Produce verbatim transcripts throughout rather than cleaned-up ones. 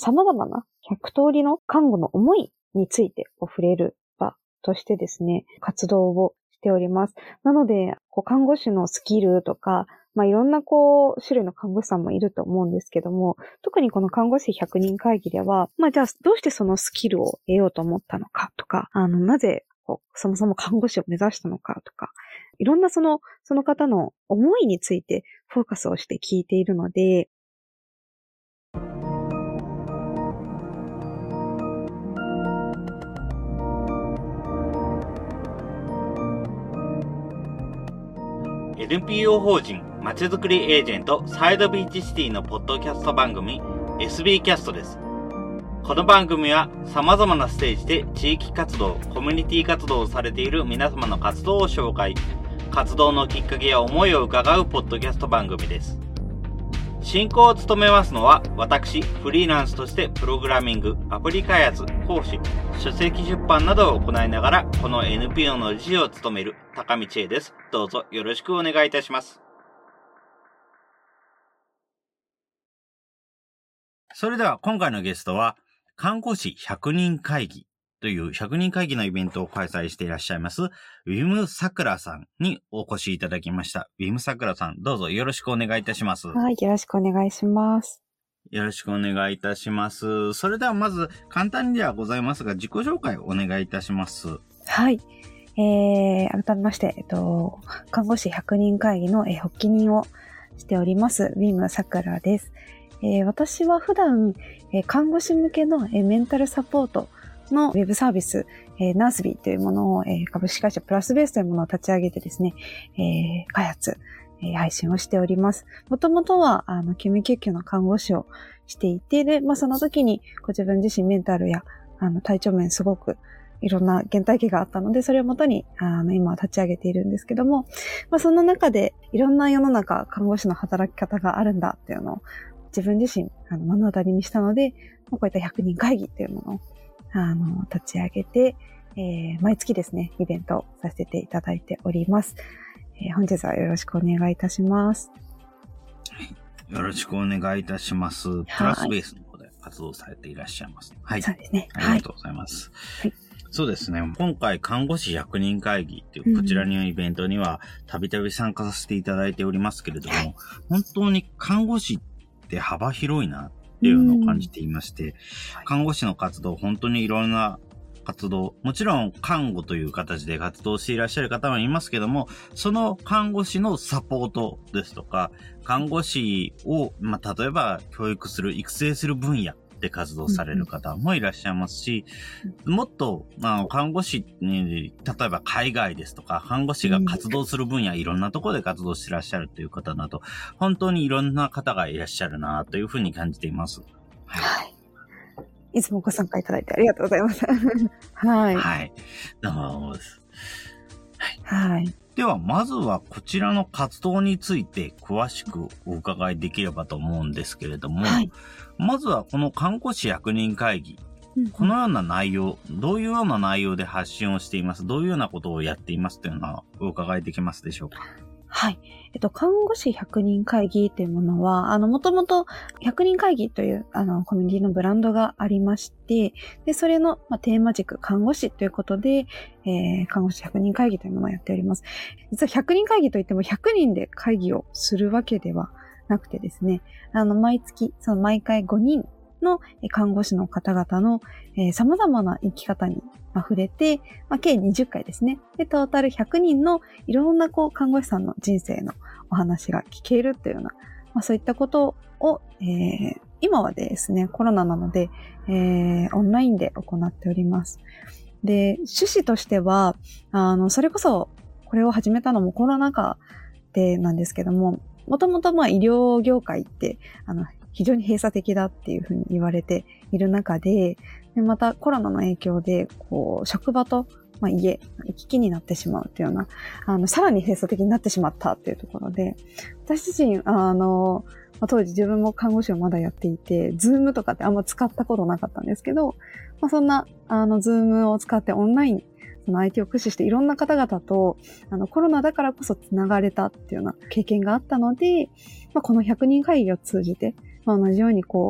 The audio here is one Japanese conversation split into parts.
様々なひゃくとおりの看護の思いについてこう触れる場としてですね、活動をしております。なので、こう看護師のスキルとか、まあいろんなこう種類の看護師さんもいると思うんですけども、特にこの看護師ひゃくにん会議では、まあじゃあどうしてそのスキルを得ようと思ったのかとか、あの、なぜこうそもそも看護師を目指したのかとか、いろんなその、その方の思いについてフォーカスをして聞いているので、 エヌピーオー 法人まちづくりエージェントサイドビーチシティのポッドキャスト番組 エスビー キャストです。この番組は様々なステージで地域活動、コミュニティ活動をされている皆様の活動を紹介、活動のきっかけや思いを伺うポッドキャスト番組です。進行を務めますのは私、フリーランスとしてプログラミング、アプリ開発、講師、書籍出版などを行いながらこの エヌピーオー の理事を務める高道恵です。どうぞよろしくお願いいたします。それでは今回のゲストは看護師ひゃくにん会議というひゃくにん会議のイベントを開催していらっしゃいますウィムさくらさんにお越しいただきました。ウィムさくらさん、どうぞよろしくお願いいたします。 はい、よろしくお願いします。 よろしくお願いいたします。それではまず簡単にではございますが自己紹介をお願いいたします。 はい、えー、改めまして、えっと、看護師ひゃくにん会議の、えー、発起人をしておりますウィムさくらです。えー、私は普段、えー、看護師向けの、えー、メンタルサポートのウェブサービス、えー、ナースビーというものを、えー、株式会社プラスベースというものを立ち上げてですね、えー、開発、えー、配信をしております。もともとは、あの、救命救急の看護師をしていて、で、まあ、その時に、ご自分自身メンタルや、あの、体調面すごく、いろんな原体験があったので、それをもとに、あの、今は立ち上げているんですけども、まあ、その中で、いろんな世の中、看護師の働き方があるんだっていうのを、自分自身、あの、目の当たりにしたので、こういったひゃくにん会議っていうものを、あの、立ち上げて、えー、毎月ですね、イベントをさせていただいております。えー、本日はよろしくお願いいたします。 よろしくお願いいたします。プラスベースの方で活動されていらっしゃいます。 はい。そうですね。 ありがとうございます。はい。そうですね。今回、看護師ひゃくにん会議っていうこちらのイベントには、たびたび参加させていただいておりますけれども、はい、本当に看護師って幅広いなっていうのを感じていまして、うんはい、看護師の活動、本当にいろんな活動、もちろん看護という形で活動していらっしゃる方もいますけども、その看護師のサポートですとか、看護師を、まあ、例えば教育する、育成する分野で活動される方もいらっしゃいますし、うん、もっと、まあ、看護師に、例えば海外ですとか、看護師が活動する分野、うん、いろんなところで活動していらっしゃるという方など、本当にいろんな方がいらっしゃるなというふうに感じています。 はい。はいいつもご参加いただいてありがとうございます。はい。 はい。どうもです。 はい。はい。 では、まずはこちらの活動について詳しくお伺いできればと思うんですけれども、はい、まずはこの看護師ひゃくにん会議、うんうん、このような内容、どういうような内容で発信をしています、どういうようなことをやっていますというのはお伺いできますでしょうか？ はい。えっと、看護師ひゃくにん会議というものは、あの、もともとひゃくにん会議という、あの、コミュニティのブランドがありまして、で、それの、まあ、テーマ軸、看護師ということで、えー、看護師ひゃくにん会議というものをやっております。実はひゃくにん会議といってもひゃくにんで会議をするわけではなくてですね、あの、毎月、その毎回ごにんの看護師の方々の、えー、様々な生き方に触れて、まあ、計にじゅっかいですね。で、トータルひゃくにんのいろんなこう看護師さんの人生のお話が聞けるっていうような、まあ、そういったことを、えー、今はですね、コロナなので、えー、オンラインで行っております。で、趣旨としては、あの、それこそこれを始めたのもコロナ禍でなんですけども、もともとまあ医療業界って、あの、非常に閉鎖的だっていうふうに言われている中で、でまたコロナの影響で、こう、職場と、まあ、家、行き来になってしまうっていうような、あの、さらに閉鎖的になってしまったっていうところで、私自身、あの、まあ、当時自分も看護師をまだやっていて、ズームとかってあんま使ったことなかったんですけど、まあ、そんな、あの、ズームを使ってオンライン、その アイティー を駆使していろんな方々と、あの、コロナだからこそ繋がれたっていうような経験があったので、まあ、このひゃくにん会議を通じて、まあ、同じようにこう、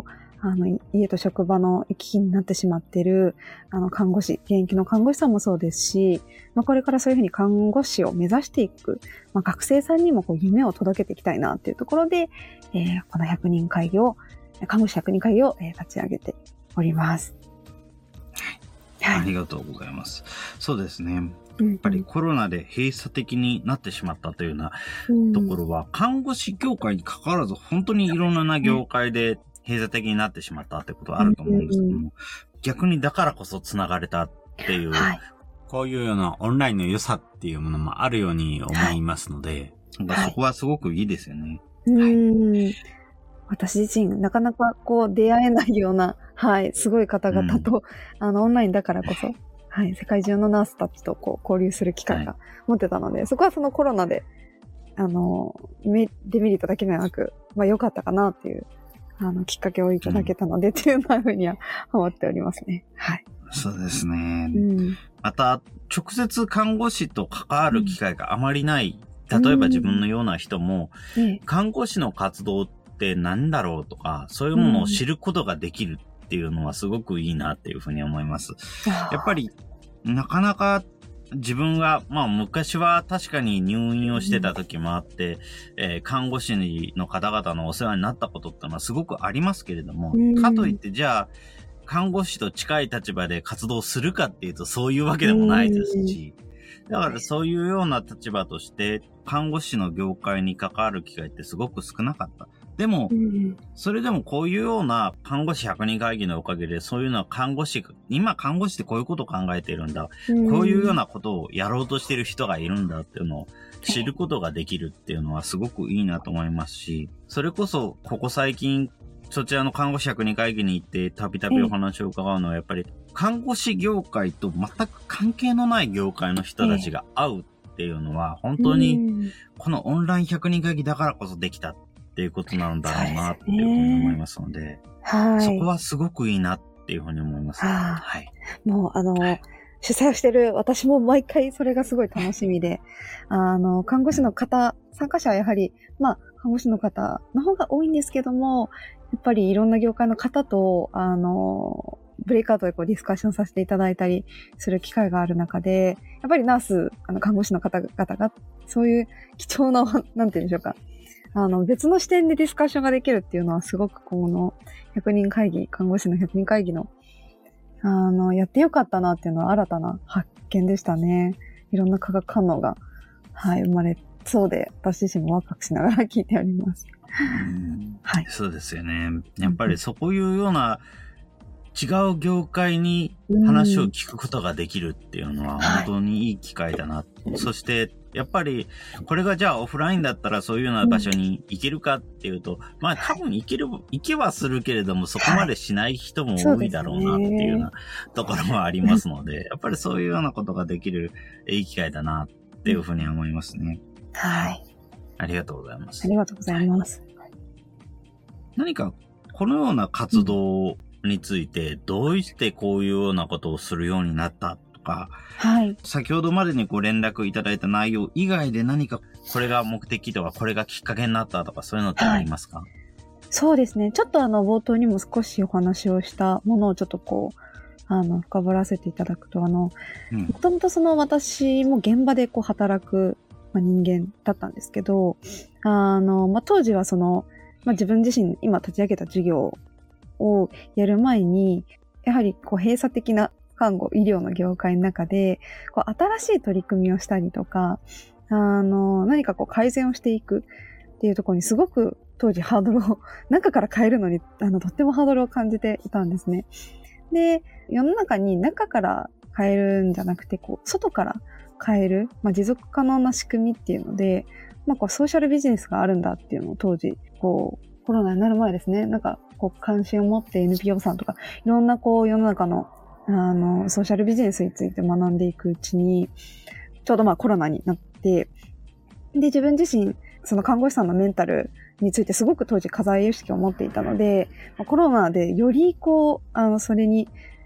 あの、家と職場の行き来になってしまっている、あの、看護師、現役の看護師さんもそうですし、まあ、これからそういうふうに看護師を目指していく、まあ、学生さんにもこう夢を届けていきたいなっていうところで、えー、このひゃくにん会議を、看護師ひゃくにん会議を、えー、立ち上げております。 はい。ありがとうございます。そうですね。やっぱりコロナで閉鎖的になってしまったというようなところは、うん、看護師業界に関わらず本当にいろんな業界で閉鎖的になってしまったってことはあると思うんですけども、うん、逆にだからこそつながれたっていう、はい、 こういうようなオンラインの良さっていうものもあるように思いますので、 はい、そこはすごくいいですよね。 はい、うん私自身、なかなかこう出会えないような、はい、すごい方々と、うん、あの、オンラインだからこそ、はい、世界中のナースたちとこう交流する機会が持ってたので、はい、そこはそのコロナで、あの、デメリットだけではなく、まあ良かったかなっていう、あの、きっかけをいただけたので、うん、っていうふうには思っておりますね。はい。 そうですね。うん、また、直接看護師と関わる機会があまりない、うん、例えば自分のような人も、うん、看護師の活動って何だろうとか、そういうものを知ることができるっていうのはすごくいいなっていうふうに思います。やっぱり、なかなか自分が、まあ昔は確かに入院をしてた時もあって、うんえー、看護師の方々のお世話になったことってのはすごくありますけれども、うん、かといってじゃあ、看護師と近い立場で活動するかっていうとそういうわけでもないですし、うん、だからそういうような立場として看護師の業界に関わる機会ってすごく少なかった。でも、うん、それでもこういうような看護師ひゃくにん会議のおかげで、そういうのは看護師、今看護師ってこういうことを考えているんだ、うん、こういうようなことをやろうとしている人がいるんだっていうのを知ることができるっていうのはすごくいいなと思いますし、それこそここ最近、そちらの看護師ひゃくにん会議に行ってたびたびお話を伺うのはやっぱり看護師業界と全く関係のない業界の人たちが会うっていうのは本当にこのオンラインひゃくにん会議だからこそできたっていうことなんだろうなっていうふうに思いますので、でねはい、そこはすごくいいなっていうふうに思います。ははい、もうあの、はい、主催をしてる私も毎回それがすごい楽しみで、あの、看護師の方、参加者はやはり、まあ、看護師の方の方が多いんですけども、やっぱりいろんな業界の方と、あの、ブレイクアウトでこうディスカッションさせていただいたりする機会がある中で、やっぱりナース、あの、看護師の方々が、そういう貴重な、なんて言うんでしょうか、あの、別の視点でディスカッションができるっていうのはすごくこのひゃくにん会議、看護師のひゃくにん会議の、あの、やってよかったなっていうのは新たな発見でしたね。いろんな化学反応が、はい、生まれそうで、私自身もワクワクしながら聞いております。 うんはい。そうですよね。やっぱりそういうような違う業界に話を聞くことができるっていうのは本当にいい機会だな。はい、そして、やっぱり、これがじゃあオフラインだったらそういうような場所に行けるかっていうと、うん、まあ多分行ける、行けはするけれども、そこまでしない人も多いだろうなっていうようなところもありますので、やっぱりそういうようなことができるいい機会だなっていうふうに思いますね。 はい。 ありがとうございます。 ありがとうございます。 何か、このような活動について、どうしてこういうようなことをするようになったとか、 はい。 先ほどまでにご連絡いただいた内容以外で何かこれが目的とかこれがきっかけになったとかそういうのってありますか？はい、 そうですね。ちょっとあの冒頭にも少しお話をしたものをちょっとこう、あの、深掘らせていただくと、あの、うん、もともとその私も現場でこう働く、まあ、人間だったんですけど、あの、まあ、当時はその、まあ、自分自身今立ち上げた事業をやる前に、やはりこう閉鎖的な看護、医療の業界の中で、こう新しい取り組みをしたりとか、あの、何かこう改善をしていくっていうところにすごく当時ハードルを、中から変えるのに、あの、とってもハードルを感じていたんですね。で、世の中に中から変えるんじゃなくて、こう、外から変える、まあ、持続可能な仕組みっていうので、まあ、こう、ソーシャルビジネスがあるんだっていうのを当時、こう、コロナになる前ですね、なんか、こう、関心を持って エヌピーオー さんとか、いろんなこう、世の中の、あの、ソーシャルビジネスについて学んでいくうちに、ちょうどまあコロナになって、で、自分自身、その看護師さんのメンタルについてすごく当時課題意識を持っていたので、コロナでよりこう、あの、それに、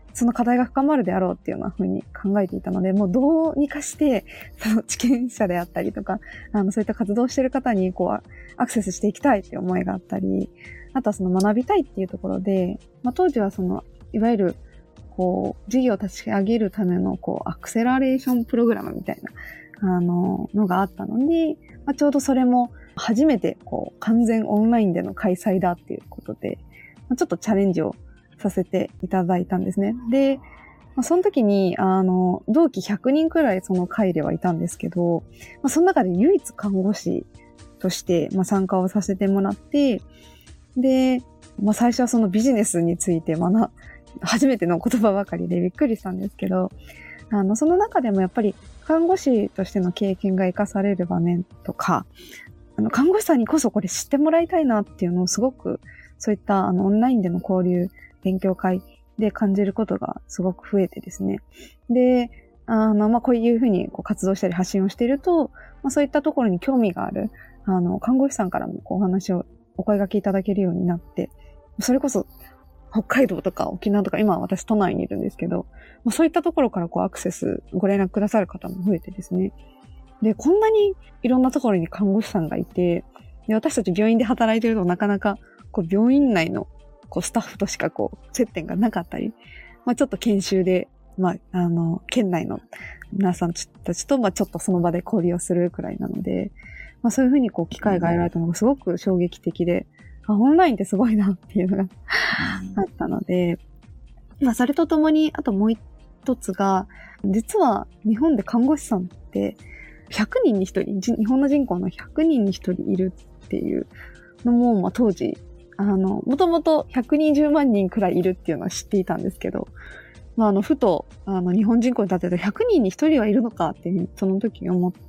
その課題が深まるであろうっていうような風に考えていたので、もうどうにかして、その知見者であったりとか、あの、そういった活動をしている方に、こう、アクセスしていきたいっていう思いがあったり、あとはその学びたいっていうところで、まあ、当時はその、いわゆる、こう、事業を立ち上げるための、こう、アクセラレーションプログラムみたいな、あの、のがあったので、まあ、ちょうどそれも、初めて、こう、完全オンラインでの開催だっていうことで、まあ、ちょっとチャレンジをさせていただいたんですね。で、まあ、その時に、あの、同期ひゃくにんくらいその会ではいたんですけど、まあ、その中で唯一看護師として、まあ、参加をさせてもらって、で、まあ、最初はそのビジネスについて学、初めての言葉ばかりでびっくりしたんですけど、あの、その中でもやっぱり看護師としての経験が活かされる場面とか、あの、看護師さんにこそこれ知ってもらいたいなっていうのをすごく、そういったあの、オンラインでの交流、勉強会で感じることがすごく増えてですね。で、あの、まあ、こういうふうにこう活動したり発信をしていると、まあ、そういったところに興味がある、あの、看護師さんからもこうお話をお声掛けいただけるようになって、それこそ北海道とか沖縄とか、今は私都内にいるんですけど、まあ、そういったところからこうアクセス、ご連絡くださる方も増えてですね。で、こんなにいろんなところに看護師さんがいて、で、私たち病院で働いているとなかなかこう病院内のこうスタッフとしかこう接点がなかったり、まあちょっと研修で、まああの、県内の皆さんたちとまあちょっとその場で交流をするくらいなので、まあそういうふうにこう機会が得られたのがすごく衝撃的で、あ、オンラインってすごいなっていうのがあったので、まあそれとともに、あともう一つが、実は日本で看護師さんってひゃくにんにひとり、日本の人口のひゃくにんにひとりいるっていうのも、まあ当時、あの、もともとひゃくにじゅうまんにんくらいいるっていうのは知っていたんですけど、まああの、ふと、あの、日本人口に立ててひゃくにんにひとりはいるのかっていうふうに、その時に思って、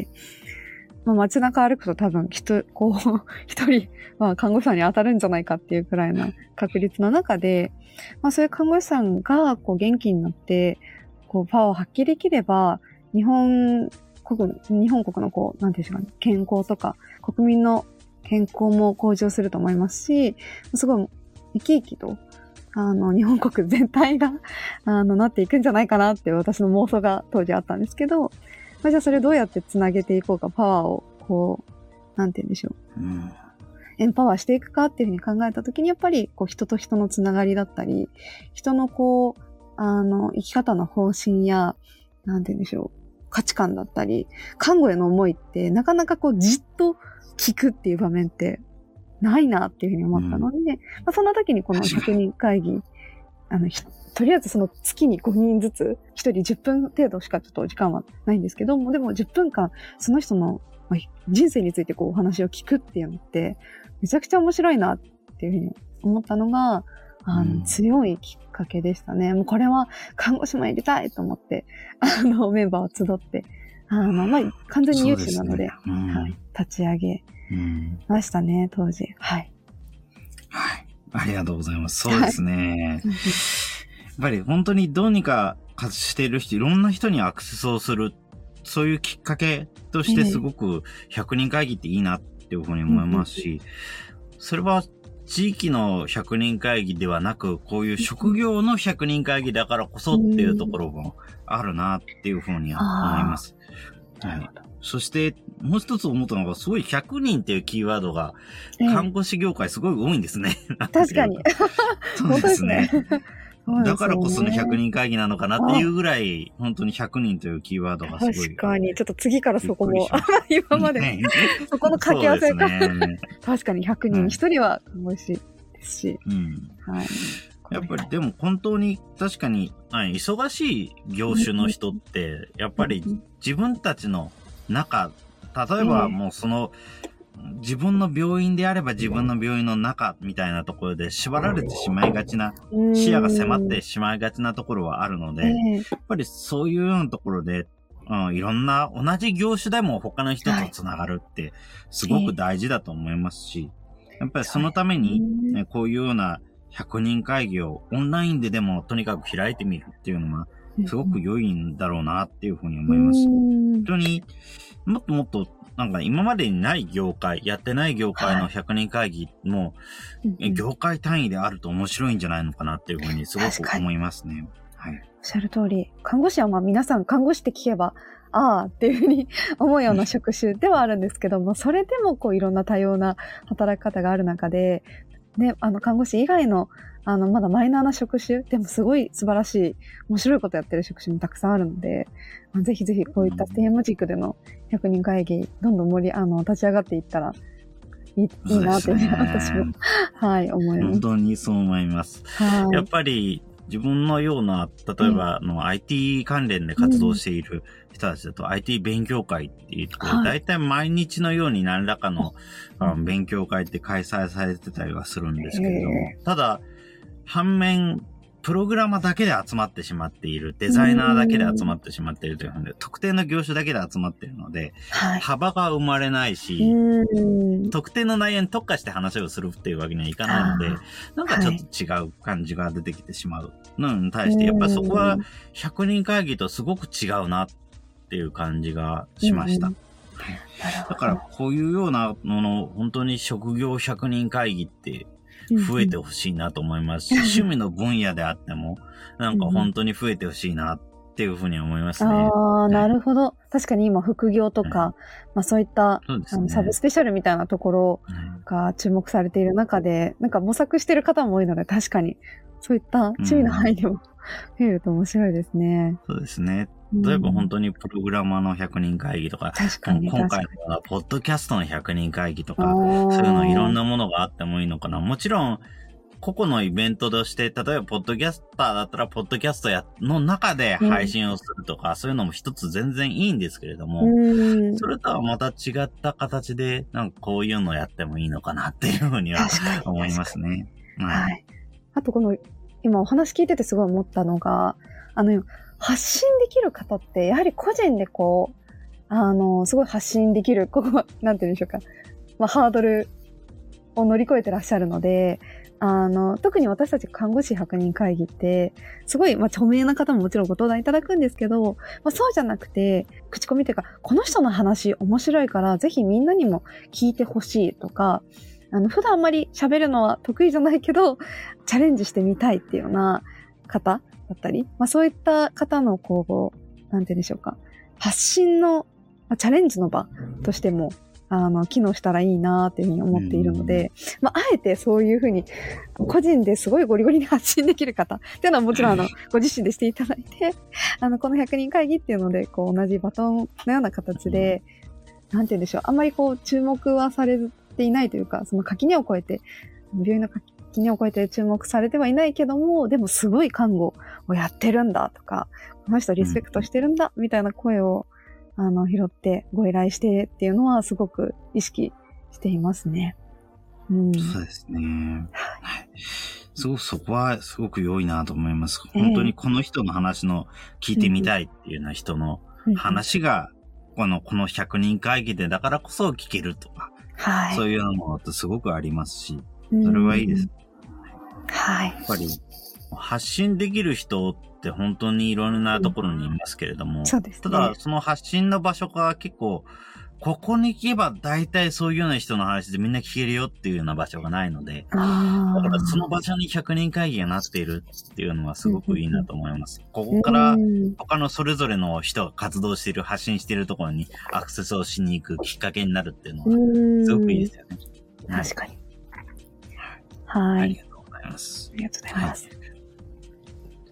まあ街中歩くと多分、人、こう、一人、まあ看護師さんに当たるんじゃないかっていうくらいな確率の中で、まあそういう看護師さんが、こう元気になって、こうパワーを発揮できれば、日本国、日本国のこう、なんていうんでしょうかね、健康とか、国民の健康も向上すると思いますし、すごい生き生きと、あの、日本国全体が、あの、なっていくんじゃないかなって私の妄想が当時あったんですけど、まあ、じゃあそれをどうやってつなげていこうか、パワーを、こう、なんて言うんでしょう。うん、エンパワーしていくかっていうふうに考えたときに、やっぱり、こう、人と人のつながりだったり、人のこう、あの、生き方の方針や、なんて言うんでしょう。価値観だったり、看護への思いって、なかなかこう、じっと聞くっていう場面って、ないなっていうふうに思ったので、うん、まあ、その時にこのひゃくにん会議、あの、とりあえずその月にごにんずつ、ひとりじゅっぷん程度しかちょっと時間はないんですけども、でもじゅっぷんかん、その人の人生についてこうお話を聞くっていうのって、めちゃくちゃ面白いなっていうふうに思ったのが、あの、うん、強いきっかけでしたね。もうこれは看護師もやりたいと思って、あの、メンバーを集って、あの、まあ、完全に有志なので、でねうん、はい、立ち上げましたね、当時。はい。 はい。ありがとうございます。そうですね。はい、やっぱり本当にどうにかしている人、いろんな人にアクセスをする、そういうきっかけとしてすごくひゃくにん会議っていいなっていうふうに思いますし、それは地域のひゃくにん会議ではなく、こういう職業のひゃくにん会議だからこそっていうところもあるなっていうふうに思います。はい。そして、もう一つ思ったのが、すごいひゃくにんっていうキーワードが、看護師業界すごい多いんですね。 ええ、確かに。 そうですね。だからこそのひゃくにん会議なのかなっていうぐらい、本当にひゃくにんというキーワードがすごい。 確かに。ちょっと次からそこも、今まで、ね、そこの掛け合わせが、ね、確かにひゃくにんにひとりは看護師ですし。うん。はい。 やっぱりでも本当に確かに、忙しい業種の人って、やっぱり自分たちの中、例えばもうその、自分の病院であれば自分の病院の中みたいなところで縛られてしまいがちな、視野が迫ってしまいがちなところはあるので、やっぱりそういうようなところで、うん、いろんな同じ業種でも他の人とつながるってすごく大事だと思いますし、やっぱりそのために、ね、こういうようなひゃくにん会議をオンラインででもとにかく開いてみるっていうのはすごく良いんだろうなっていうふうに思います。本当にもっともっとなんか今までにない業界、やってない業界のひゃくにん会議も、はい、業界単位であると面白いんじゃないのかなっていうふうにすごく思いますね。はい。おっしゃる通り。看護師はまあ皆さん看護師って聞けば、ああっていうふうに思うような職種ではあるんですけども、それでもこういろんな多様な働き方がある中で、ね、あの看護師以外のあのまだマイナーな職種でもすごい素晴らしい面白いことやってる職種もたくさんあるので、ぜひぜひこういったテーマ軸でのひゃくにん会議どんどん盛りあの立ち上がっていったらいい、いいなっていう、ね、私もはい思います。 本当にそう思います。はい、やっぱり自分のような例えばの アイティー 関連で活動している人たちだと、うん、アイティー 勉強会っていうところで、だいたい毎日のように何らかの、あの勉強会って開催されてたりはするんですけれども、ただ反面プログラマーだけで集まってしまっている、デザイナーだけで集まってしまっているというので、特定の業種だけで集まっているので、はい、幅が生まれないし、特定の内容に特化して話をするっていうわけにはいかないので、なんかちょっと違う感じが出てきてしまうのに対して、やっぱりそこはひゃくにん会議とすごく違うなっていう感じがしました。だからこういうようなもの、本当に職業ひゃくにん会議って増えてほしいなと思いますし、うんうん、趣味の分野であっても、なんか本当に増えてほしいなっていうふうに思いますね。 ああ、なるほど。確かに今副業とか、うん、まあそういった、そうですね、あのサブスペシャルみたいなところが注目されている中で、うん、なんか模索している方も多いので、確かにそういった趣味の範囲でも、うん、増えると面白いですね。 そうですね。例えば本当にプログラマーのひゃくにん会議とか、確かに今回のようなポッドキャストのひゃくにん会議とか、そういうのいろんなものがあってもいいのかな。もちろん、個々のイベントとして、例えばポッドキャスターだったら、ポッドキャストやの中で配信をするとか、うん、そういうのも一つ全然いいんですけれども、それとはまた違った形で、なんかこういうのやってもいいのかなっていうふうには思いますね。 はい。はい。あとこの、今お話聞いててすごい思ったのが、あの、発信できる方って、やはり個人でこう、あの、すごい発信できる、ここ、なんて言うんでしょうか。まあ、ハードルを乗り越えてらっしゃるので、あの、特に私たち看護師ひゃくにん会議って、すごい、まあ、著名な方ももちろんご登壇いただくんですけど、まあ、そうじゃなくて、口コミというか、この人の話面白いから、ぜひみんなにも聞いてほしいとか、あの、普段あんまり喋るのは得意じゃないけど、チャレンジしてみたいっていうような方だったり、まあそういった方のこう、なんて言うんでしょうか、発信の、まあ、チャレンジの場としても、あの、機能したらいいなっていうふうに思っているので、まああえてそういうふうに、個人ですごいゴリゴリに発信できる方っていうのはもちろんあの、ご自身でしていただいて、あの、このひゃくにん会議っていうので、こう同じバトンのような形で、なんて言うんでしょう、あんまりこう注目はされていないというか、その垣根を越えて、病院の垣垣根を越えて注目されてはいないけども、でもすごい看護をやってるんだとか、この人リスペクトしてるんだみたいな声をあの拾ってご依頼してっていうのはすごく意識していますね。 うん、そうですね。はい。すごくそこはすごく良いなと思います。本当にこの人の話の聞いてみたいっていうような人の話が、この、このひゃくにん会議でだからこそ聞けるとか、はい、そういうようなものってすごくありますし、それはいいです。 はい。 やっぱり発信できる人って本当にいろんなところにいますけれども、うん、そうですね、ただその発信の場所が結構、ここに行けば大体そういうような人の話でみんな聞けるよっていうような場所がないので、だからその場所にひゃくにん会議がなっているっていうのはすごくいいなと思います。ここから他のそれぞれの人が活動している、発信しているところにアクセスをしに行くきっかけになるっていうのはすごくいいですよね。 確かに。はい。 ありがとうございます。 ありがとうございます。はい、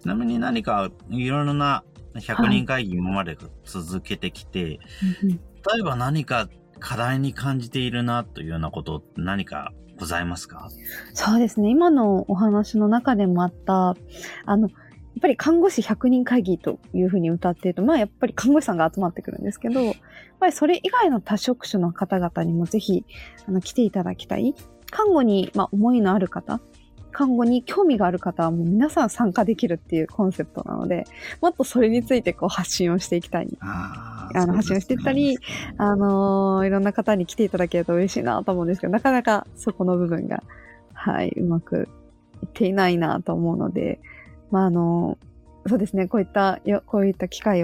ちなみに何かいろいろなひゃくにん会議今まで続けてきて、はい、例えば何か課題に感じているなというようなこと何かございますか？ そうですね。今のお話の中でもあった、あの、やっぱり看護師ひゃくにん会議というふうに歌っていると、まあやっぱり看護師さんが集まってくるんですけど、やっぱりそれ以外の多職種の方々にもぜひあの来ていただきたい。看護に、まあ、思いのある方、看護に興味がある方はもう皆さん参加できるっていうコンセプトなので、もっとそれについてこう発信をしていきたい。ああの、発信をしていったり、あのー、いろんな方に来ていただけると嬉しいなと思うんですけど、なかなかそこの部分が、はい、うまくいっていないなと思うので、まあ、あのー、そうですね、こういった、こういった機会を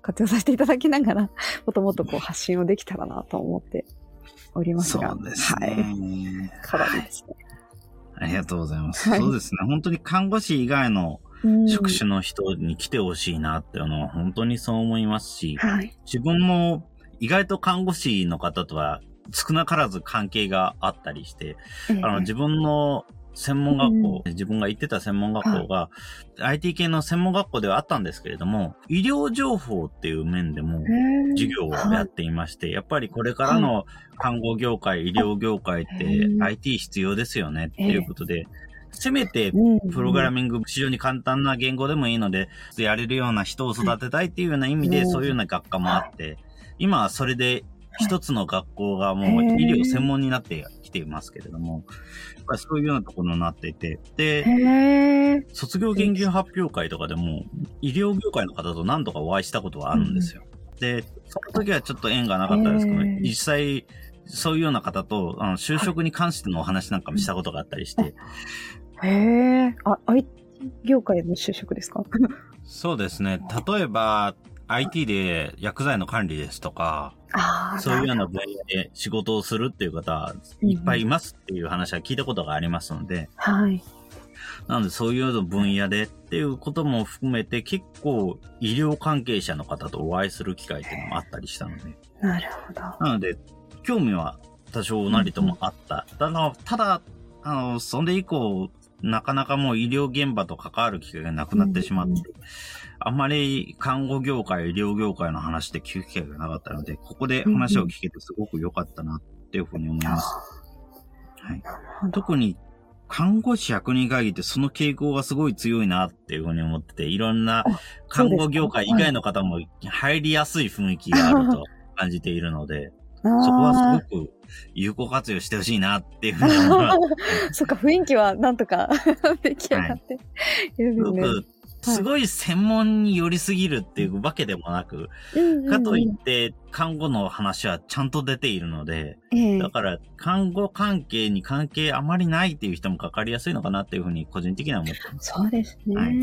活用させていただきながら、もっともっとこう発信をできたらなと思っておりますが。 そうですね。 はい。かわいいですね。 ありがとうございます。 はい、 そうですね。本当に看護師以外の職種の人に来てほしいなっていうのは本当にそう思いますし、 はい、 自分も意外と看護師の方とは少なからず関係があったりして、えー、あの自分の専門学校、うん、自分が行ってた専門学校が、はい、アイティー 系の専門学校ではあったんですけれども、医療情報っていう面でも授業をやっていまして、やっぱりこれからの看護業界、医療業界って アイティー 必要ですよねっていうことで、せめてプログラミング、非常に簡単な言語でもいいので、やれるような人を育てたいっていうような意味で、そういうような学科もあって、今はそれで一つの学校がもう医療専門になってきていますけれども、やっぱりそういうようなところになっていて、で、卒業研究発表会とかでも医療業界の方と何度かお会いしたことはあるんですよ。で、その時はちょっと縁がなかったですけど、実際そういうような方とあの就職に関してのお話なんかもしたことがあったりして。 へえ、あ、アイティー 業界の就職ですか？ そうですね。例えば、アイティー で薬剤の管理ですとか、そういうような分野で仕事をするっていう方はいっぱいいますっていう話は聞いたことがありますので、 はい。 なのでそういう分野でっていうことも含めて結構医療関係者の方とお会いする機会っていうのもあったりしたので。 なるほど。 なので、興味は多少なりともあった。うんうん、ただ、ただ、あの、それ以降、なかなかもう医療現場と関わる機会がなくなってしまって、うんうん、あんまり看護業界、医療業界の話で聞く機会がなかったので、ここで話を聞けてすごく良かったなっていうふうに思います。はい。特に看護師ひゃくにん会議ってその傾向がすごい強いなっていうふうに思ってて、いろんな看護業界以外の方も入りやすい雰囲気があると感じているので、そこはすごく有効活用してほしいなっていうふうに思います。 そっか、雰囲気はなんとか出来上がっているんですね。 すごい専門に寄りすぎるっていうわけでもなく、はい、かといって看護の話はちゃんと出ているので、えー、だから看護関係に関係あまりないっていう人もかかりやすいのかなっていうふうに個人的には思ってます。 そうですね。はい、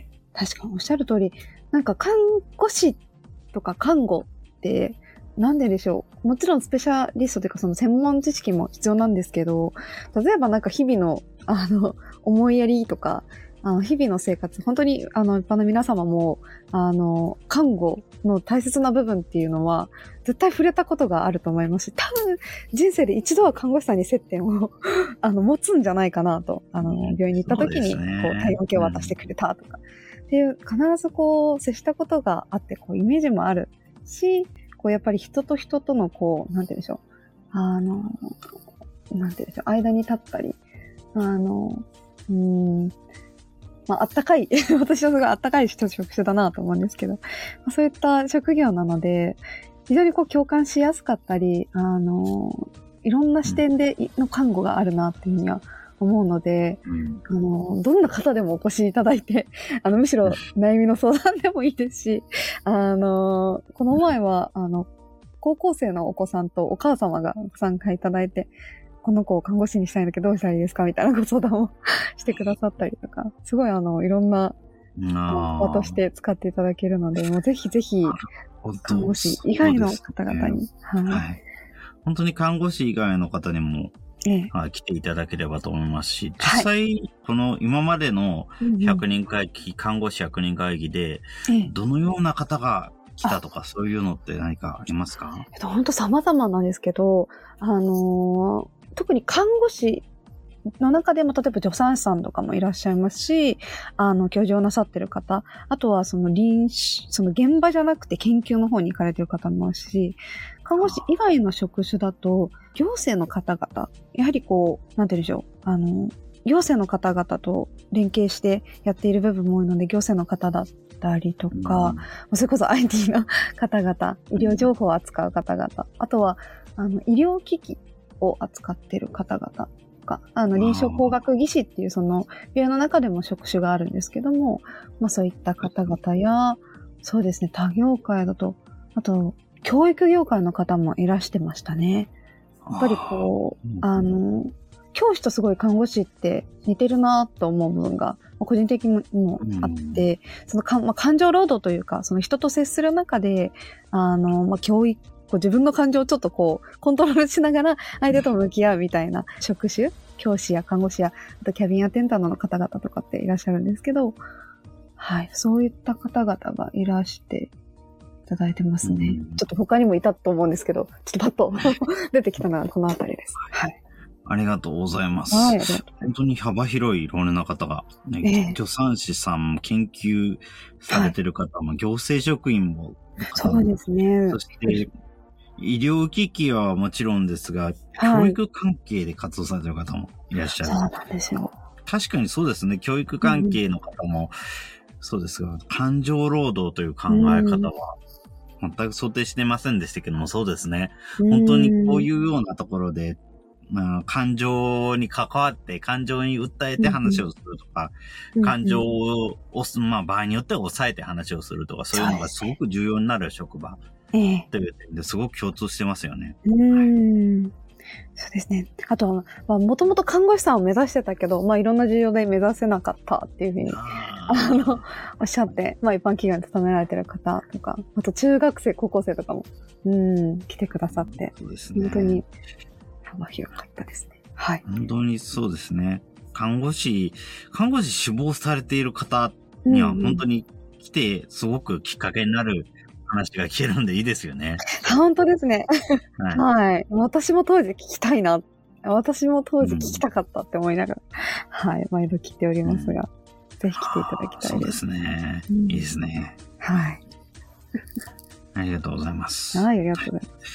確かにおっしゃる通り、なんか看護師とか看護ってなんででしょう。もちろんスペシャリストというかその専門知識も必要なんですけど、例えばなんか日々のあの思いやりとか、あの日々の生活、本当にあの一般の皆様もあの看護の大切な部分っていうのは絶対触れたことがあると思いますし、多分人生で一度は看護師さんに接点をあの持つんじゃないかなと、あの病院に行った時にこう体温計を渡してくれたとか、うん、っていう必ずこう接したことがあってこうイメージもあるし、こうやっぱり人と人とのこうなんて言うんでしょう、あのなんて言うんでしょう、間に立ったり、あのうーんまあ、あったかい、私はすごいあったかい職種だなと思うんですけど、まあ、そういった職業なので、非常にこう共感しやすかったり、あの、いろんな視点での看護があるなっていうふうには思うので、うん、あの、どんな方でもお越しいただいて、あの、むしろ悩みの相談でもいいですし、あの、この前は、あの、高校生のお子さんとお母様がご参加いただいて、この子を看護師にしたいんだけどどうしたらいいですかみたいなご相談をしてくださったりとか、すごいあの、いろんな場として使っていただけるので、もうぜひぜひ、看護師以外の方々に、ねはいはい。 本当に看護師以外の方にも、ええ、来ていただければと思いますし、実際、はい、この今までのひゃくにん会議、うんうん、看護師ひゃくにん会議で、どのような方が来たとか、そういうのって何かありますか？ えっと、本当様々なんですけど、あのー、特に看護師の中でも、例えば助産師さんとかもいらっしゃいますし、あの、教授をなさってる方、あとはその臨床、その現場じゃなくて研究の方に行かれてる方もいますし、看護師以外の職種だと、行政の方々、やはりこう、なんて言うんでしょう、あの、行政の方々と連携してやっている部分も多いので、行政の方だったりとか、うん、それこそ アイティー の方々、医療情報を扱う方々、あとは、あの、医療機器を扱っている方々とか、あの、臨床工学技師っていうその、病院の中でも職種があるんですけども、まあそういった方々や、そうですね、他業界だと、あと、教育業界の方もいらしてましたね。やっぱりこう、あの、 教師とすごい看護師って似てるなと思う部分が、個人的にもあって、うん、そのか、まあ、感情労働というか、その人と接する中で、あの、まあ、教育、こう自分の感情をちょっとこう、コントロールしながら相手と向き合うみたいな職種、教師や看護師や、あとキャビンアテンダントの方々とかっていらっしゃるんですけど、はい、そういった方々がいらしていただいてますね。うん、ちょっと他にもいたと思うんですけど、ちょっとパッと出てきたのはこのあたりです。はい。 ありがとうございます。 はい、 本当に幅広いいろんな方が、ね、助産師さんも研究されてる方も、はい、行政職員も、 そうですね。 そして、医療機器はもちろんですが、はい、教育関係で活動されてる方もいらっしゃる。 そうなんですよ。 確かにそうですね。教育関係の方も、うん、そうですが、感情労働という考え方は、全く想定してませんでしたけども、そうですね。本当にこういうようなところで、まあ、感情に関わって、感情に訴えて話をするとか、うんうん、感情を、まあ、場合によっては抑えて話をするとか、そういうのがすごく重要になる職場という点ですごく共通してますよね。 ええ、うん。そうですね。あとは、まあ、もともと看護師さんを目指してたけど、まあ、いろんな事情で目指せなかったっていうふうに、あの、おっしゃって、まあ、一般企業に勤められてる方とか、あと中学生、高校生とかも、うん、来てくださって、 そうですね。 本当に幅広かったですね。はい。 本当にそうですね。看護師、看護師志望されている方には、本当に来て、すごくきっかけになる、話が聞けるんでいいですよね。 本当ですね。はい。はい。私も当時聞きたいな。私も当時聞きたかったって思いながら、うん、はい。毎度聞いておりますが、うん、ぜひ来ていただきたいです。 そうですね。うん、いいですね。 はい。 ありがとうございます。 はい、ありがとうございます。はい、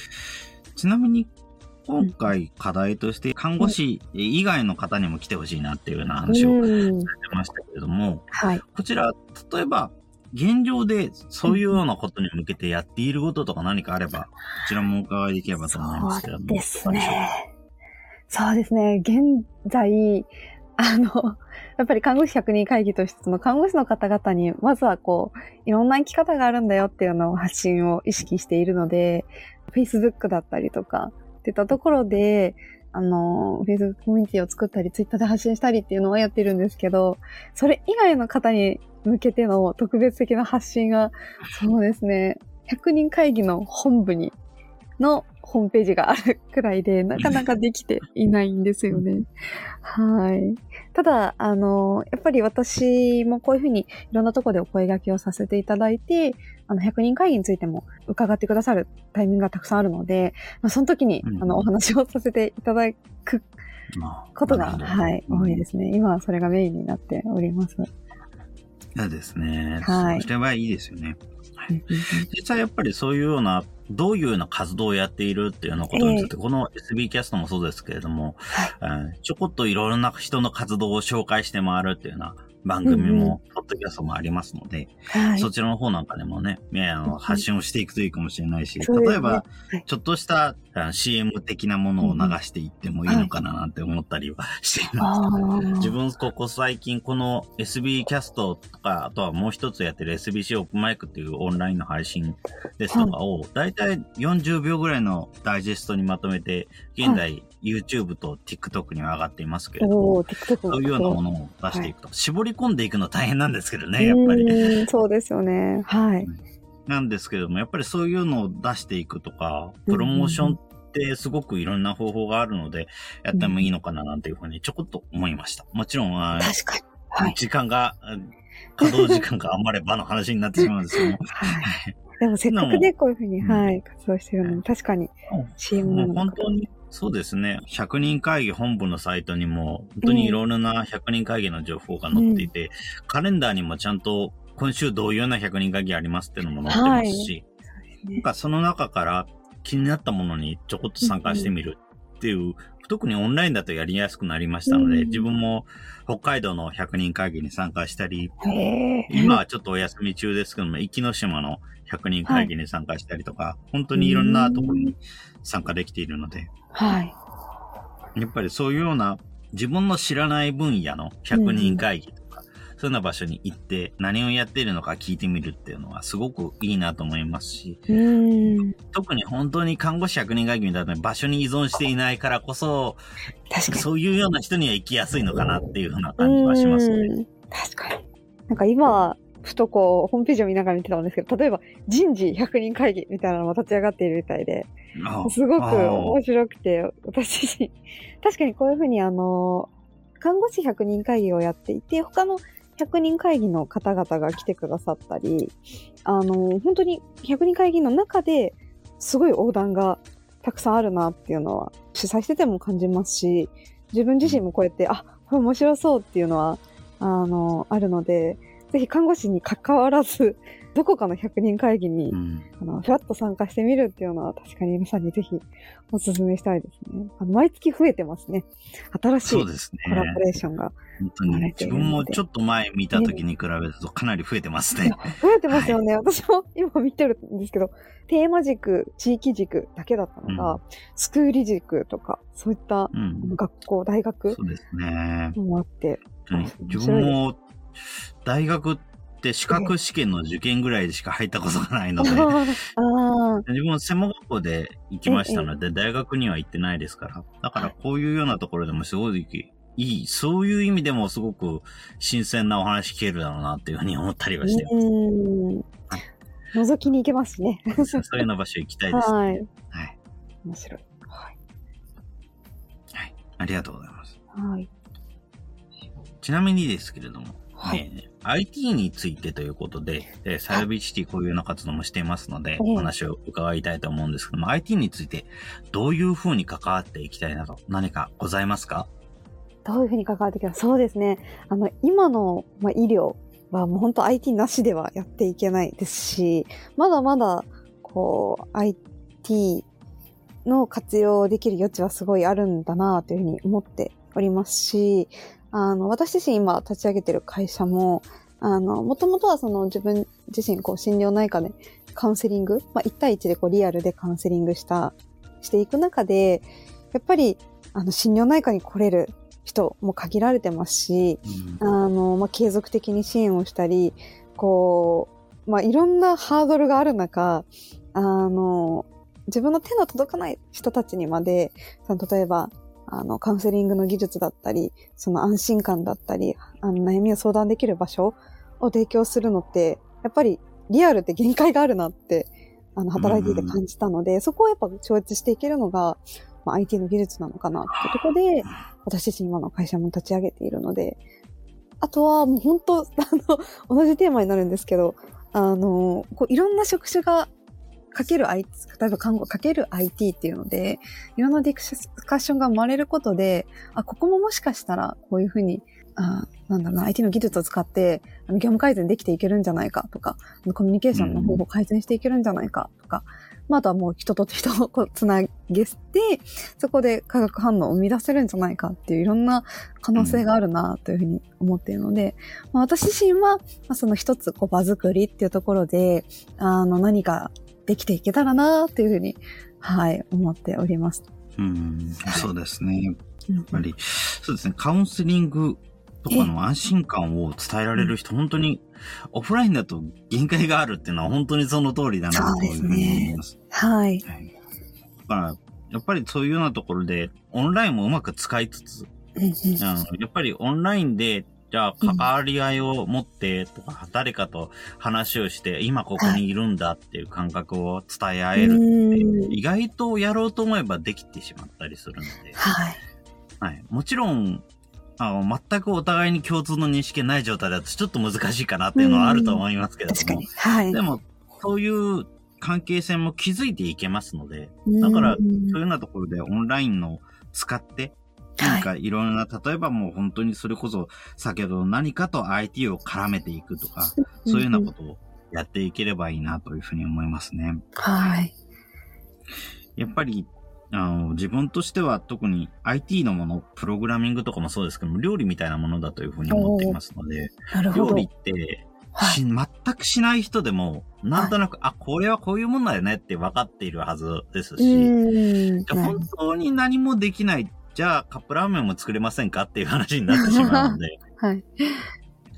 ちなみに、今回課題として看護師以外の方にも来てほしいなっていうような話をされてましたけれども、 はい。 こちら、例えば、現状でそういうようなことに向けてやっていることとか何かあれば、こちらもお伺いできればと思いますけども。 そうですね。そうですね。現在、あの、やっぱり看護師ひゃくにん会議として、その看護師の方々に、まずはこう、いろんな生き方があるんだよっていうのを発信を意識しているので、Facebook だったりとか、っていったところで、あの、Facebook コミュニティを作ったり、Twitter で発信したりっていうのをやってるんですけど、それ以外の方に向けての特別的な発信が、そうですね、ひゃくにん会議の本部に、のホームページがあるくらいで、なかなかできていないんですよね。はい。ただ、あの、やっぱり私もこういうふうにいろんなところでお声掛けをさせていただいて、あの、ひゃくにん会議についても伺ってくださるタイミングがたくさんあるので、まあ、その時に、うん、あの、お話をさせていただくことが、はい、多いですね。今はそれがメインになっております。 そうですね。 はい。 それはいいですよね。はい、実際やっぱりそういうような、どういうような活動をやっているっていうようなことについて、えー、この エスビー キャストもそうですけれども、はい、ちょこっといろいろな人の活動を紹介して回るっていうような番組も、ポッドキャストもありますので、うんうん、そちらの方なんかでもね、あの発信をしていくといいかもしれないし、うん、例えば、ね、ちょっとした シーエム 的なものを流していってもいいのかななんて思ったりはしていますけど、はい、自分ここ最近この エスビー キャストとか、あとはもう一つやってる エスビーシー オープンマイクっていうオンラインの配信ですとかを、だいたいよんじゅうびょうぐらいのダイジェストにまとめて、現在、はい、YouTube と TikTok には上がっていますけれども、そういうようなものを出していくと、はい、絞り込んでいくの大変なんですけどね、やっぱり。 そうですよね。はい。 なんですけれども、やっぱりそういうのを出していくとか、プロモーションってすごくいろんな方法があるので、やってもいいのかななんていうふうにちょこっと思いました。もちろん、 確かに。はい、 時間が、稼働時間が余ればの話になってしまうんですけども。 はい。でもせっかくね、こういうふうに、はい、活動してるのに、確かに シーエム なのか。 本当に、そうですね。ひゃくにん会議本部のサイトにも、本当にいろいろなひゃくにん会議の情報が載っていて、うん、カレンダーにもちゃんと、今週どういうようなひゃくにん会議ありますっていうのも載ってますし、はい、なんかその中から気になったものにちょこっと参加してみるっていう、うん、特にオンラインだとやりやすくなりましたので、うん、自分も北海道のひゃくにん会議に参加したり、今はちょっとお休み中ですけども、壱岐の島のひゃくにん会議に参加したりとか、はい、本当にいろんなところに参加できているので、 はい。 やっぱりそういうような自分の知らない分野のひゃくにん会議とか、 そういうような場所に行って何をやっているのか聞いてみるっていうのはすごくいいなと思いますし、 うーん。 特に本当に看護師ひゃくにん会議みたいな場所に依存していないからこそ、 確かに。 そういうような人には行きやすいのかなっていうふうな感じはしますね。 うーん確かに。なんか今、ふとこう、ホームページを見ながら見てたんですけど、例えば人事ひゃくにん会議みたいなのも立ち上がっているみたいで、すごく面白くて、私自身、確かにこういうふうにあの、看護師ひゃくにん会議をやっていて、他のひゃくにん会議の方々が来てくださったり、あの、本当にひゃくにん会議の中ですごい横断がたくさんあるなっていうのは、主催してても感じますし、自分自身もこうやって、あ、これ面白そうっていうのは、あの、あるので、ぜひ看護師に関わらず、どこかのひゃくにん会議に、うん、あのフラッと参加してみるっていうのは確かに皆さんにぜひお勧めしたいですね。あの毎月増えてますね。新しいコラボレーションが。 本当に自分もちょっと前見た時に比べるとかなり増えてますね。 増えてますよね。はい、私も今見てるんですけど、テーマ軸、地域軸だけだったのが、うん、スクール軸とか、そういった、うん、学校、大学そうですね。 もあって。 自分も大学って資格試験の受験ぐらいでしか入ったことがないので、自分も専門学校で行きましたので、大学には行ってないですから、だからこういうようなところでもすごいいい、そういう意味でもすごく新鮮なお話聞けるだろうなっていうふうに思ったりはしてます。 うん。覗きに行けますしね。 そういうような場所行きたいですね。はい。はい。 面白い。はい。 はい。ありがとうございます。 はい。 ちなみにですけれども、 はい、 えー、アイティー についてということで、えー、サイバービーチティこういうような活動もしていますので、お話を伺いたいと思うんですけども、アイティー についてどういうふうに関わっていきたいなど何かございますか？ どういうふうに関わっていきますか？そうですね。あの、今の、まあ、医療はもう本当 アイティー なしではやっていけないですし、まだまだ、こう、アイティー の活用できる余地はすごいあるんだなというふうに思っておりますし、あの、私自身今立ち上げてる会社も、あの、もともとはその自分自身こう心療内科でカウンセリング、まあ、いち対いちでこうリアルでカウンセリングした、していく中で、やっぱり、あの、心療内科に来れる人も限られてますし、うん、あの、まあ、継続的に支援をしたり、こう、まあ、いろんなハードルがある中、あの、自分の手の届かない人たちにまで、その例えば、あの、カウンセリングの技術だったり、その安心感だったり、あの、悩みを相談できる場所を提供するのって、やっぱりリアルって限界があるなって、あの、働いていて感じたので、うん、そこをやっぱ超越していけるのが、まあ、アイティー の技術なのかなってところで、私自身今の会社も立ち上げているので、あとはもう本当、あの、同じテーマになるんですけど、あの、こういろんな職種がかける アイティー、例えば看護かける アイティー っていうので、いろんなディスカッションが生まれることで、あ、ここももしかしたらこういうふうに、あ、なんだろうな、アイティー の技術を使って、あの業務改善できていけるんじゃないかとか、コミュニケーションの方法を改善していけるんじゃないかとか、まあ、あとはもう人と人をこうつなげて、そこで化学反応を生み出せるんじゃないかっていういろんな可能性があるなというふうに思っているので、まあ、私自身は、まあ、その一つこう場作りっていうところで、あの何かできていけたらなっていうふうに、はい、思っております。 うん、そうですね。やっぱり、そうですね。カウンセリングとかの安心感を伝えられる人、本当にオフラインだと限界があるっていうのは本当にその通りだなというふうに思います。そうですね。はい。はい、だから、やっぱりそういうようなところで、オンラインもうまく使いつつ、うん、やっぱりオンラインで、じゃあ、関わり合いを持ってとか、うん、誰かと話をして、今ここにいるんだっていう感覚を伝え合えるって、意外とやろうと思えばできてしまったりするので、 はい。 はい。もちろん、あの、全くお互いに共通の認識がない状態だとちょっと難しいかなっていうのはあると思いますけれども、確かに。はい。でも、そういう関係性も築いていけますので、だから、そういうようなところでオンラインの使って、何かいろんな、はい、例えばもう本当にそれこそ先ほど何かと アイティー を絡めていくとか、そういうようなことをやっていければいいなというふうに思いますね。 はい。 やっぱり、あの、自分としては特に アイティー のもの、プログラミングとかもそうですけども、料理みたいなものだというふうに思っていますので、 なるほど。 料理って、はい、全くしない人でも、なんとなく、はい、あ、これはこういうものだよねって分かっているはずですし、本当に何もできない、じゃあカップラーメンも作れませんかっていう話になってしまうので、 はい、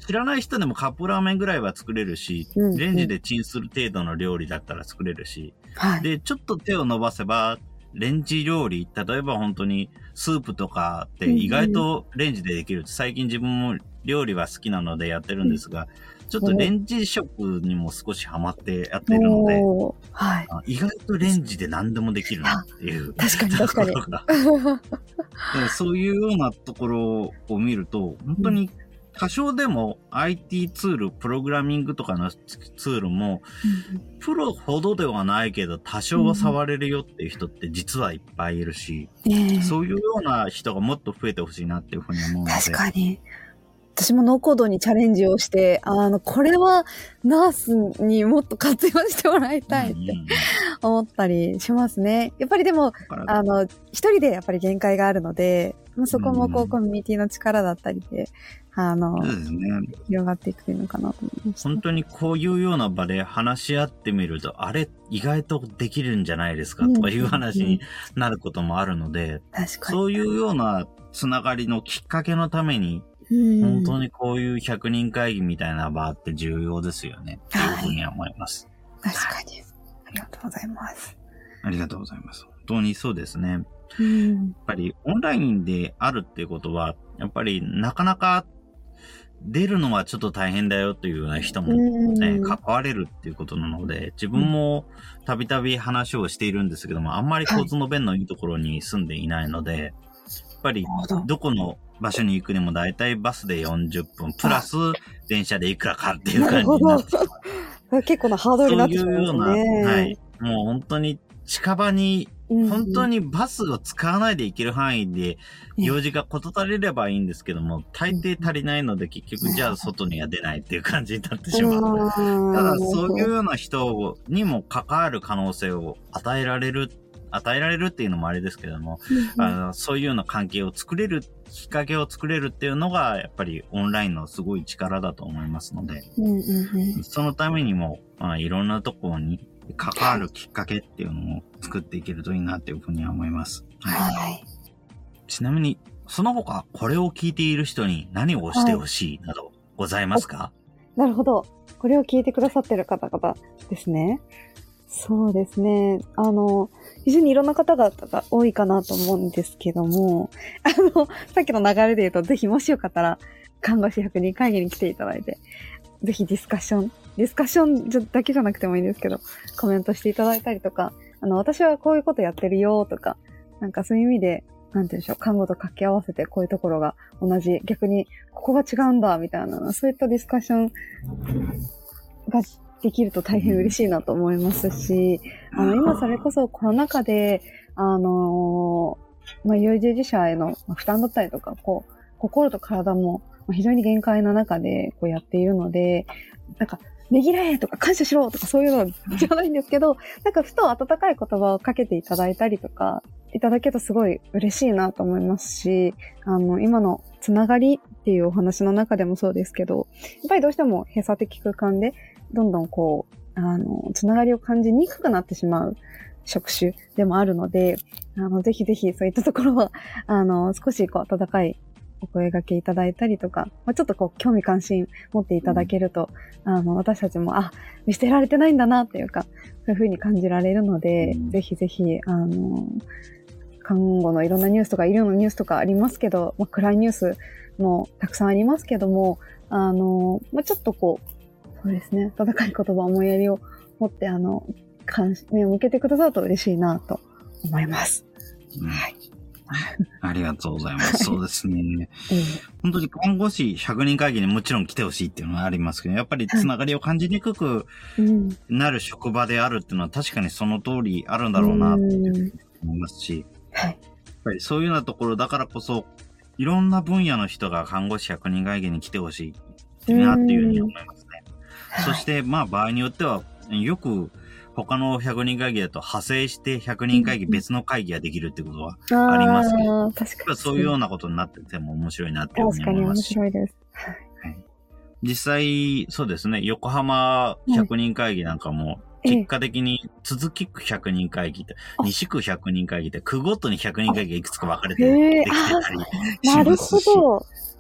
知らない人でもカップラーメンぐらいは作れるし、 うんうん、 レンジでチンする程度の料理だったら作れるし、 はい、 で、ちょっと手を伸ばせば、レンジ料理、例えば本当にスープとかって意外とレンジでできる。うんうん、最近自分も料理は好きなのでやってるんですが、うん、ちょっとレンジ食にも少しハマってやってるので、 はい、 意外とレンジで何でもできるなっていう。 確かに確かに。 そういうようなところを見ると、本当に多少でも アイティー ツール、プログラミングとかのツールも、プロほどではないけど多少は触れるよっていう人って実はいっぱいいるし、そういうような人がもっと増えてほしいなっていうふうに思うので。 確かに。私もノーコードにチャレンジをして、あの、これはナースにもっと活用してもらいたいって思ったりしますね。やっぱりでも、あの、一人でやっぱり限界があるので、そこもこうコミュニティの力だったりで、あの、そうですね、広がっていくというのかなと思います。 本当にこういうような場で話し合ってみると、あれ、意外とできるんじゃないですかとかいう話になることもあるので、 確かにそういうようなつながりのきっかけのために、本当にこういうひゃくにん会議みたいな場って重要ですよね。というふうには思います。 はい、確かに。ありがとうございます。 ありがとうございます。本当にそうですね。 うん、 やっぱりオンラインであるっていうことは、やっぱりなかなか出るのはちょっと大変だよというような人も、ね、うん、関われるっていうことなので、自分もたびたび話をしているんですけども、あんまり交通の便のいいところに住んでいないので、はい、やっぱりどこの場所に行くにもだいたいバスでよんじゅっぷん、プラス電車でいくらかっていう感じになってしまう。 結構なハードルになってしまいますね。そういうような、 はい。もう本当に近場に、本当にバスを使わないで行ける範囲で用事が事足りればいいんですけども、大抵足りないので結局じゃあ外には出ないっていう感じになってしまう。ただそういうような人にも関わる可能性を与えられる与えられるっていうのもあれですけども、うん、あのそういうような関係を作れる、きっかけを作れるっていうのが、やっぱりオンラインのすごい力だと思いますので、 うんうんうん、 そのためにも、まあ、いろんなところに関わるきっかけっていうのを作っていけるといいなっていうふうには思います。 はいはい、 ちなみに、その他、これを聞いている人に何をしてほしいなどございますか？はい、なるほど。これを聞いてくださってる方々ですね。そうですね。あの、非常にいろんな方々が多いかなと思うんですけども、あの、さっきの流れで言うと、ぜひもしよかったら、看護師ひゃくにん会議に来ていただいて、ぜひディスカッション、ディスカッションだけじゃなくてもいいんですけど、コメントしていただいたりとか、あの、私はこういうことやってるよとか、なんかそういう意味で、なんて言うんでしょう、看護と掛け合わせてこういうところが同じ、逆にここが違うんだ、みたいな、そういったディスカッションが、できると大変嬉しいなと思いますし、あの、今それこそコロナ禍で、あのー、まあ、医療従事者への負担だったりとか、こう、心と体も非常に限界な中でこうやっているので、なんか、ねぎらえとか感謝しろとかそういうのじゃないんですけど、なんかふと温かい言葉をかけていただいたりとか、いただけるとすごい嬉しいなと思いますし、あの、今のつながりっていうお話の中でもそうですけど、やっぱりどうしても閉鎖的空間で、どんどんこう、あの、つながりを感じにくくなってしまう職種でもあるので、あの、ぜひぜひそういったところは、あの、少しこう、温かいお声掛けいただいたりとか、まあ、ちょっとこう、興味関心持っていただけると、うん、あの、私たちも、あ、見捨てられてないんだなっていうか、そういうふうに感じられるので、うん、ぜひぜひ、あの、看護のいろんなニュースとか、医療のニュースとかありますけど、まあ、暗いニュースもたくさんありますけども、あの、まあ、ちょっとこう、そうですね。温かい言葉、思いやりを持って、あの、関心、目を向けてくださると嬉しいなと思います。 うん、はい。ありがとうございます。そうですね。うん、本当に看護師ひゃくにん会議にもちろん来てほしいっていうのはありますけど、やっぱりつながりを感じにくくなる職場であるっていうのは確かにその通りあるんだろうなって思いますし、 はい、やっぱりそういうようなところだからこそ、いろんな分野の人が看護師ひゃくにん会議に来てほしいなっていうふうに思いますね。そして、まあ、場合によっては、よく、他のひゃくにん会議だと派生してひゃくにん会議、うん、別の会議ができるってことはありますけど、確かにそういうようなことになってても面白いなっていうふうに思いますし。 確かに面白いです。 はい、実際、そうですね、横浜ひゃくにん会議なんかも、結果的に、続き区ひゃくにん会議って、西区ひゃくにん会議って、区ごとにひゃくにん会議がいくつか分かれてできてたりしますし。 なるほど。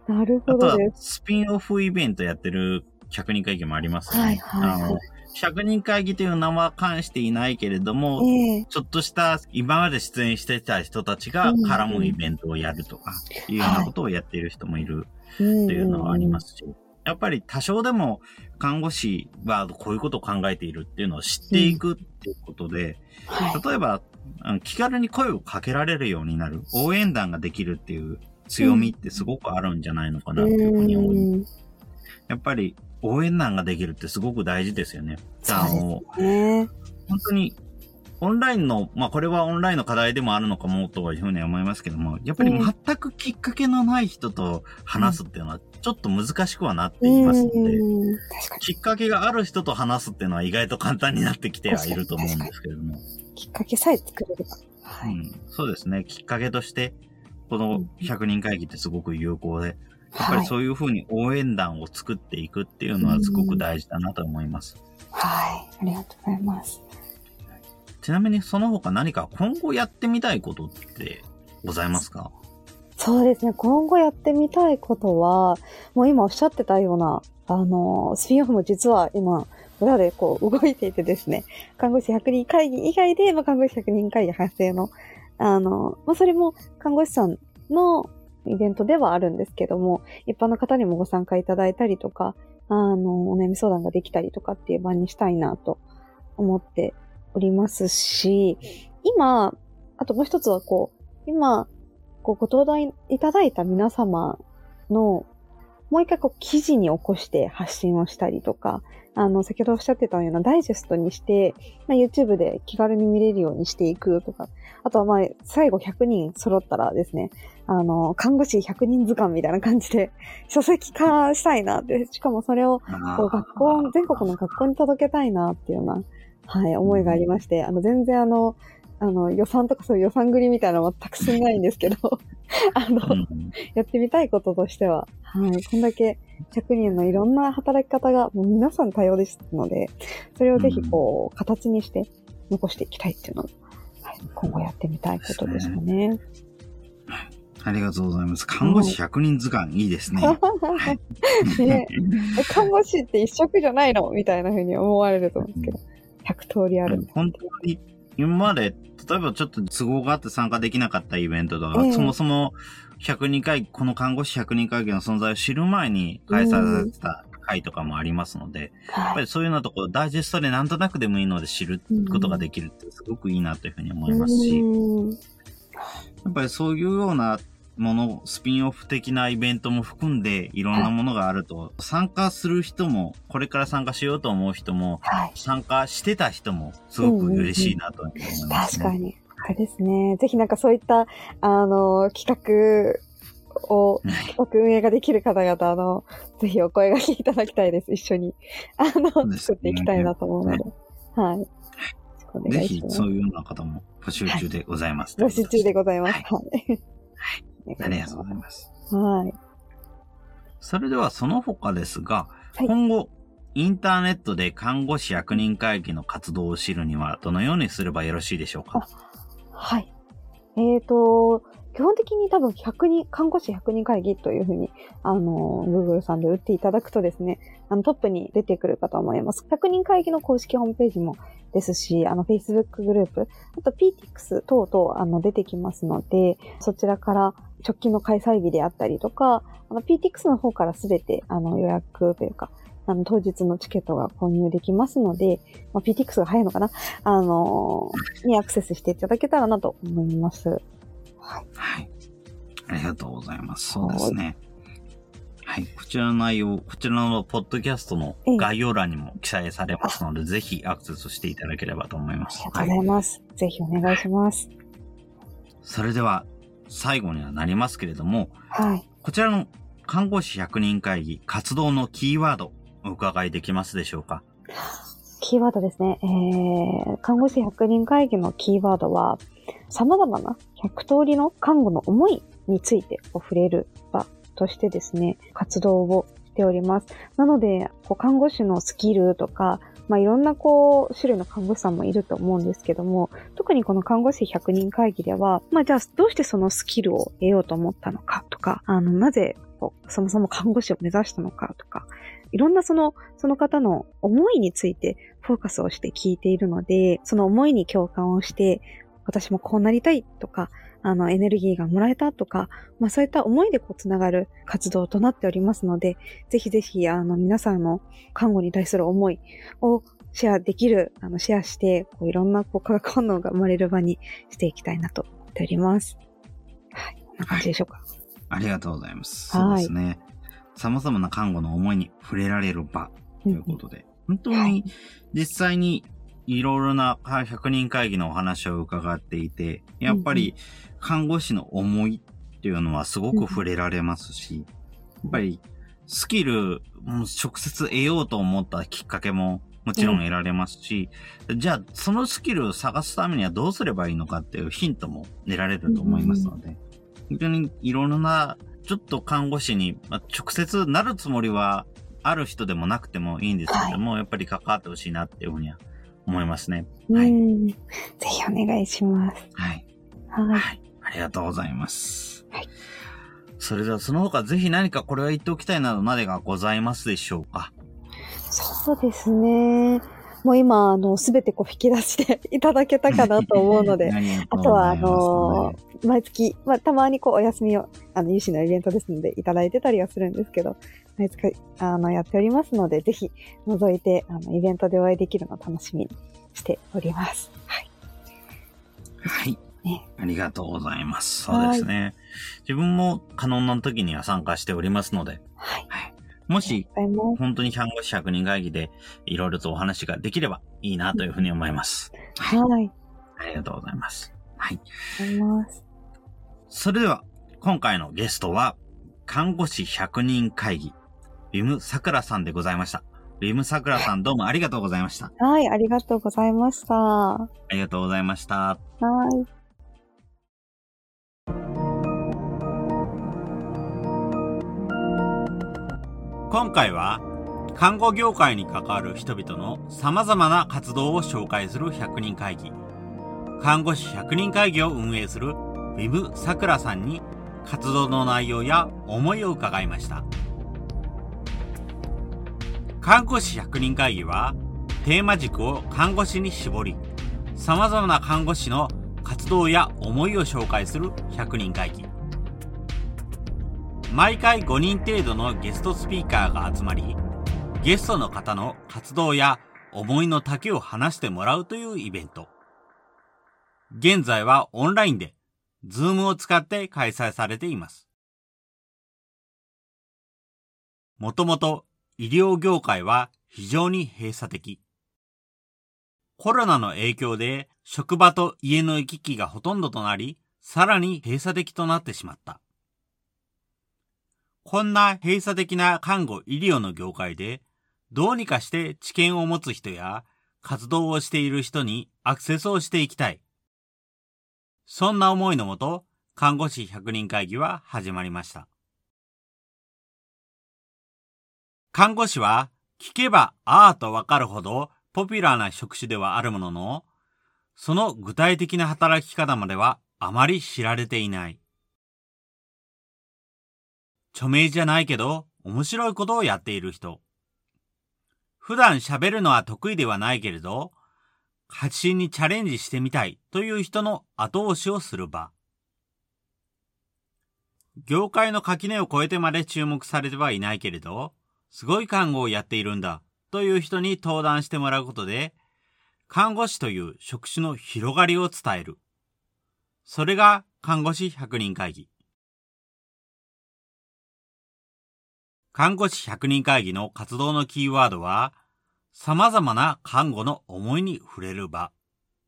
なるほあとはどです。 スピンオフイベントやってるひゃくにん会議もありますね。 はいはいはい。 あのひゃくにん会議という名は関していないけれども、 ええちょっとした今まで出演してた人たちが絡むイベントをやるとか、いうようなことをやっている人もいるというのはありますし、やっぱり多少でも看護師はこういうことを考えているっていうのを知っていくっていうことで、 はい、 例えば気軽に声をかけられるようになる、応援団ができるっていう強みってすごくあるんじゃないのかなっていうふうに思います。やっぱり応援団ができるってすごく大事ですよね。あの、ね、本当にオンラインの、まあこれはオンラインの課題でもあるのかもというふうに思いますけども、やっぱり全くきっかけのない人と話すっていうのはちょっと難しくはなっていますので、うん、確かにきっかけがある人と話すっていうのは意外と簡単になってきてはいると思うんですけれども。 きっかけさえ作れれば。 はい、うん。そうですね。きっかけとして、このひゃくにん会議ってすごく有効で、やっぱりそういうふうに応援団を作っていくっていうのはすごく大事だなと思います。 はい。ありがとうございます。 ちなみにその他何か今後やってみたいことってございますか？ そうですね。今後やってみたいことは、もう今おっしゃってたような、あの、スピンオフも実は今、裏でこう動いていてですね、看護師ひゃくにん会議以外で、まあ、看護師ひゃくにん会議発生の、あの、まあ、それも看護師さんのイベントではあるんですけども、一般の方にもご参加いただいたりとか、あの、お悩み相談ができたりとかっていう場にしたいなと思っておりますし、今、あともう一つはこう、今、こうご登壇いただいた皆様の、もう一回こう記事に起こして発信をしたりとか、あの、先ほどおっしゃってたようなダイジェストにして、まあ、YouTube で気軽に見れるようにしていくとか、あとはまあ、最後ひゃくにん揃ったらですね、あの、看護師ひゃくにん図鑑みたいな感じで書籍化したいなって、しかもそれをこう学校、全国の学校に届けたいなっていうような、はい、思いがありまして、あの、全然あの、あの、予算とかそういう予算繰りみたいなのはたくさんないんですけど、あの、うん、やってみたいこととしては、はい、こんだけひゃくにんのいろんな働き方がもう皆さん多様ですので、それをぜひこう、形にして残していきたいっていうのを、はい、今後やってみたいことですかね。 ありがとうございます。看護師ひゃくにん図鑑、いいですね。 ね、看護師って一色じゃないのみたいな風に思われると思うんですけど、ひゃく通りある。 本当に今まで、例えばちょっと都合があって参加できなかったイベントとか、えー、そもそもひゃくにん会、この看護師ひゃくにん会議の存在を知る前に開催されてた会とかもありますので、うん、やっぱりそういうようなところ、ダイジェストでなんとなくでもいいので知ることができるってすごくいいなというふうに思いますし、うん、やっぱりそういうようなもの、スピンオフ的なイベントも含んでいろんなものがあると、はい、参加する人も、これから参加しようと思う人も、はい、参加してた人もすごく嬉しいなと思いますね。 うんうんうん、確かに。あれですね。ぜひなんかそういった、あの、企画を、企画運営ができる方々、あの、ぜひお声掛けいただきたいです。一緒に、あの、ね、作っていきたいなと思うので。はい。 お願いします。ぜひそういうような方も募集中でございます。 はい、募集中でございます。はい。 はいありがとうございます。 はい。 それではその他ですが、はい、今後、インターネットで看護師ひゃくにん会議の活動を知るにはどのようにすればよろしいでしょうか？ はい。えっと、基本的に多分ひゃくにん、看護師ひゃくにん会議というふうに、あの、Google さんで打っていただくとですね、あのトップに出てくるかと思います。ひゃくにん会議の公式ホームページもですし、あの、Facebook グループ、あと ピーティーエックス 等々、あの、出てきますので、そちらから直近の開催日であったりとか、あの、ピーティーエックス の方からすべて、あの、予約というか、あの、当日のチケットが購入できますので、まあ、ピーティーエックス が早いのかなあのー、にアクセスしていただけたらなと思います。はい。 はい。ありがとうございます。そうですね。はい。こちらの内容、こちらのポッドキャストの概要欄にも記載されますので、ぜひアクセスしていただければと思います。 ありがとうございます。はい、ぜひお願いします。 それでは、最後にはなりますけれども、 はい。 こちらの看護師ひゃくにん会議活動のキーワード、お伺いできますでしょうか？ キーワードですね。えー、看護師ひゃくにん会議のキーワードは、様々なひゃく通りの看護の思いについて触れる場としてですね、活動をしております。なので、こう看護師のスキルとか、まあ、いろんなこう種類の看護師さんもいると思うんですけども、特にこの看護師ひゃくにん会議では、まあじゃあどうしてそのスキルを得ようと思ったのかとか、あのなぜこうそもそも看護師を目指したのかとか、いろんなその、その方の思いについてフォーカスをして聞いているので、その思いに共感をして、私もこうなりたいとか、あの、エネルギーがもらえたとか、まあそういった思いでこうつながる活動となっておりますので、ぜひぜひ、あの、皆さんの看護に対する思いをシェアできる、あの、シェアして、こういろんなこう化学反応が生まれる場にしていきたいなと思っております。はい。こんな感じでしょうか。 はい、ありがとうございます。そうですね。様々な看護の思いに触れられる場ということで、うん、本当に実際にいろいろなひゃくにん会議のお話を伺っていて、やっぱり看護師の思いっていうのはすごく触れられますし、やっぱりスキル、直接得ようと思ったきっかけももちろん得られますし、うん、じゃあそのスキルを探すためにはどうすればいいのかっていうヒントも得られると思いますので、うん、本当にいろんなちょっと看護師に、まあ、直接なるつもりはある人でもなくてもいいんですけども、はい、やっぱり関わってほしいなっていうふうには思いますね。 はい。ぜひお願いします。 はい。 はい。 はい。ありがとうございます。 はい。 それではその他ぜひ何かこれは言っておきたいなどまでがございますでしょうか？ そうですね。もう今、あの、すべてこう引き出していただけたかなと思うので、あとは、あの、毎月、まあ、たまにこうお休みを、あの、有志のイベントですのでいただいてたりはするんですけど、毎月、あの、やっておりますので、ぜひ覗いて、あの、イベントでお会いできるのを楽しみにしております。はい。 はい。ね、ありがとうございます。そうですね。自分も可能な時には参加しておりますので、 はい。 はい、もし、本当に看護師ひゃくにん会議でいろいろとお話ができればいいなというふうに思います。 はい。はい、 ありがとうございます。はい。 ありがとうございます。 それでは、今回のゲストは、看護師ひゃくにん会議、ウィムさくらさんでございました。ウィムさくらさんどうもありがとうございました。 はい、ありがとうございました。ありがとうございました。 はい。 今回は看護業界に関わる人々の様々な活動を紹介するひゃくにん会議、看護師ひゃくにん会議を運営するウィムさくらさんに活動の内容や思いを伺いました。看護師ひゃくにん会議はテーマ軸を看護師に絞り、様々な看護師の活動や思いを紹介するひゃくにん会議。毎回ごにん程度のゲストスピーカーが集まり、ゲストの方の活動や思いの丈を話してもらうというイベント。現在はオンラインで、ズームを使って開催されています。もともと医療業界は非常に閉鎖的。コロナの影響で職場と家の行き来がほとんどとなり、さらに閉鎖的となってしまった。こんな閉鎖的な看護医療の業界で、どうにかして知見を持つ人や活動をしている人にアクセスをしていきたい。そんな思いのもと、看護師ひゃくにん会議は始まりました。看護師は聞けばあーとわかるほどポピュラーな職種ではあるものの、その具体的な働き方まではあまり知られていない。著名じゃないけど面白いことをやっている人。普段喋るのは得意ではないけれど、発信にチャレンジしてみたいという人の後押しをする場。業界の垣根を越えてまで注目されてはいないけれど、すごい看護をやっているんだという人に登壇してもらうことで、看護師という職種の広がりを伝える。それが看護師ひゃくにん会議。看護師ひゃくにん会議の活動のキーワードは、様々な看護の思いに触れる場。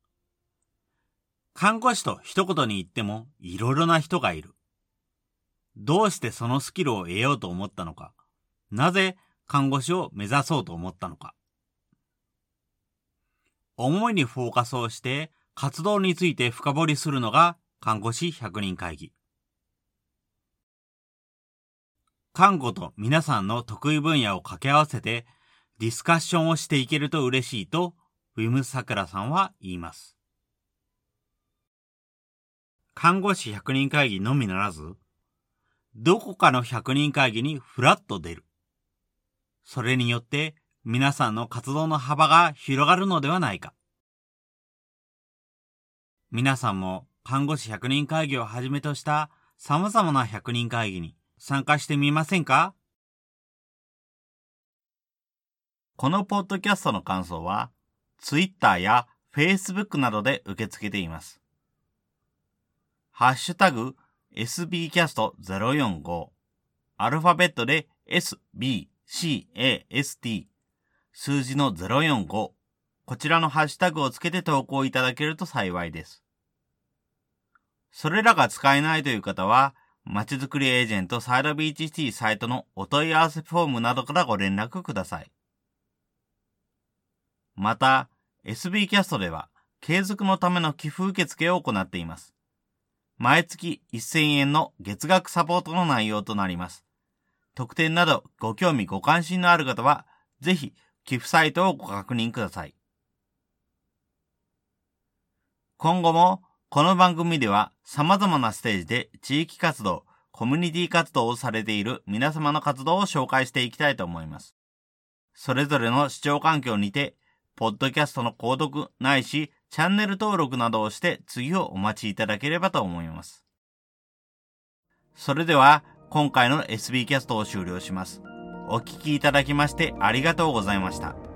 看護師と一言に言ってもいろいろな人がいる。どうしてそのスキルを得ようと思ったのか。なぜ看護師を目指そうと思ったのか。思いにフォーカスをして活動について深掘りするのが看護師ひゃくにん会議。看護と皆さんの得意分野を掛け合わせてディスカッションをしていけると嬉しいとウィムさくらさんは言います。看護師ひゃくにん会議のみならず、 どこかの百人会議にフラッと出る。それによって皆さんの活動の幅が広がるのではないか。皆さんも看護師百人会議をはじめとした様々な百人会議に参加してみませんか？ このポッドキャストの感想は、Twitter や Facebook などで受け付けています。ハッシュタグ エスビーキャストゼロよんご、アルファベットで エスビーシーエーエスティー、数字のゼロよんご、こちらのハッシュタグをつけて投稿いただけると幸いです。それらが使えないという方は、まちづくりエージェントサイドビーチシティサイトのお問い合わせフォームなどからご連絡ください。また、エスビーキャストでは、継続のための寄付受付を行っています。毎月せんえんの月額サポートの内容となります。特典などご興味ご関心のある方は、ぜひ寄付サイトをご確認ください。今後も、この番組では様々なステージで地域活動、コミュニティ活動をされている皆様の活動を紹介していきたいと思います。それぞれの視聴環境にて、ポッドキャストの購読ないし、チャンネル登録などをして次をお待ちいただければと思います。それでは、今回の エスビー キャストを終了します。お聞きいただきましてありがとうございました。